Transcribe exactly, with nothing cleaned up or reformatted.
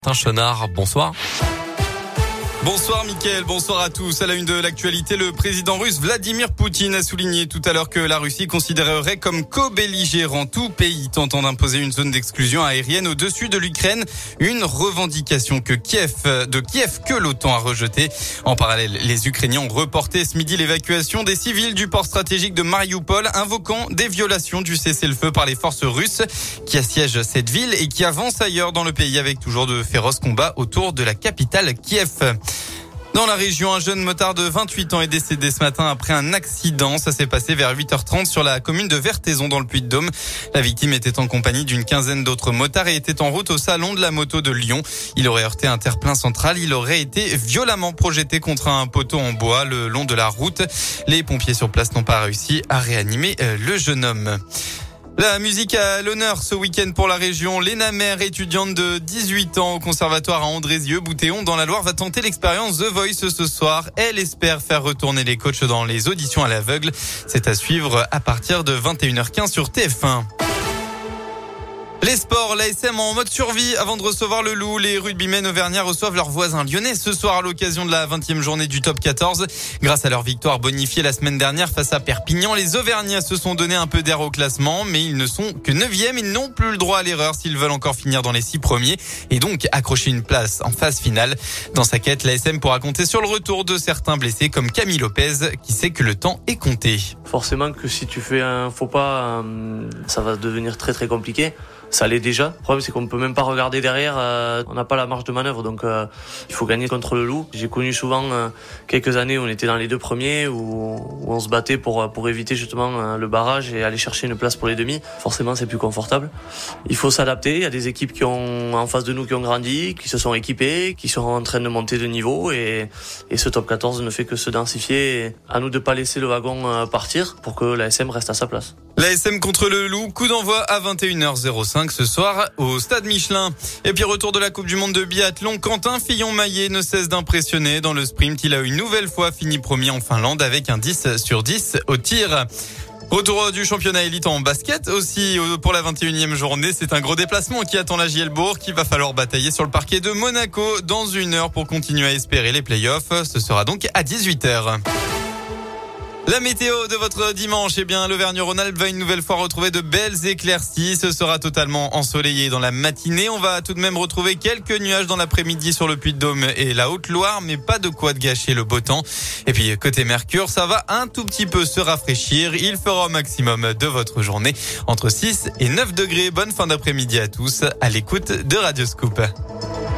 Chenard, bonsoir. Bonsoir Mickaël, bonsoir à tous. À la une de l'actualité, le président russe Vladimir Poutine a souligné tout à l'heure que la Russie considérerait comme co-belligérant tout pays tentant d'imposer une zone d'exclusion aérienne au-dessus de l'Ukraine, une revendication que Kiev, de Kiev que l'OTAN a rejetée. En parallèle, les Ukrainiens ont reporté ce midi l'évacuation des civils du port stratégique de Mariupol, invoquant des violations du cessez-le-feu par les forces russes qui assiègent cette ville et qui avancent ailleurs dans le pays avec toujours de féroces combats autour de la capitale Kiev. Dans la région, un jeune motard de vingt-huit ans est décédé ce matin après un accident. Ça s'est passé vers huit heures trente sur la commune de Vertaison dans le Puy-de-Dôme. La victime était en compagnie d'une quinzaine d'autres motards et était en route au salon de la moto de Lyon. Il aurait heurté un terre-plein central. Il aurait été violemment projeté contre un poteau en bois le long de la route. Les pompiers sur place n'ont pas réussi à réanimer le jeune homme. La musique à l'honneur ce week-end pour la région. Léna Mère, étudiante de dix-huit ans au conservatoire à Andrézieux-Boutéon dans la Loire, va tenter l'expérience The Voice ce soir. Elle espère faire retourner les coachs dans les auditions à l'aveugle. C'est à suivre à partir de vingt et une heures quinze sur T F un. Les sports, l'A S M en mode survie avant de recevoir le Loup. Les rugbymen auvergnats reçoivent leurs voisins lyonnais ce soir à l'occasion de la vingtième journée du top quatorze. Grâce à leur victoire bonifiée la semaine dernière face à Perpignan, les Auvergnats se sont donné un peu d'air au classement, mais ils ne sont que neuvième. Ils n'ont plus le droit à l'erreur s'ils veulent encore finir dans les six premiers et donc accrocher une place en phase finale. Dans sa quête, l'A S M pourra compter sur le retour de certains blessés comme Camille Lopez qui sait que le temps est compté. Forcément que si tu fais un faux pas, ça va devenir très très compliqué. Ça l'est déjà. Le problème, c'est qu'on ne peut même pas regarder derrière. Euh, on n'a pas la marge de manœuvre, donc euh, il faut gagner contre le Loup. J'ai connu souvent euh, quelques années où on était dans les deux premiers, où, où on se battait pour pour éviter justement euh, le barrage et aller chercher une place pour les demi. Forcément, c'est plus confortable. Il faut s'adapter. Il y a des équipes qui ont en face de nous qui ont grandi, qui se sont équipées, qui sont en train de monter de niveau, et, et ce top quatorze ne fait que se densifier. À nous de pas laisser le wagon euh, partir pour que l'A S M reste à sa place. L'A S M contre le Loup, coup d'envoi à vingt et une heures cinq ce soir au Stade Michelin. Et puis retour de la Coupe du Monde de biathlon, Quentin Fillon-Maillet ne cesse d'impressionner. Dans le sprint, il a une nouvelle fois fini premier en Finlande avec un dix sur dix au tir. Retour du championnat élite en basket aussi pour la vingt et unième journée. C'est un gros déplacement qui attend la Gielbourg, qu'il va falloir batailler sur le parquet de Monaco dans une heure pour continuer à espérer les playoffs. Ce sera donc à dix-huit heures. La météo de votre dimanche, eh bien, l'Auvergne-Rhône-Alpes va une nouvelle fois retrouver de belles éclaircies. Ce sera totalement ensoleillé dans la matinée. On va tout de même retrouver quelques nuages dans l'après-midi sur le Puy-de-Dôme et la Haute-Loire, mais pas de quoi de gâcher le beau temps. Et puis, côté Mercure, ça va un tout petit peu se rafraîchir. Il fera au maximum de votre journée entre six et neuf degrés. Bonne fin d'après-midi à tous à l'écoute de Radio Scoop.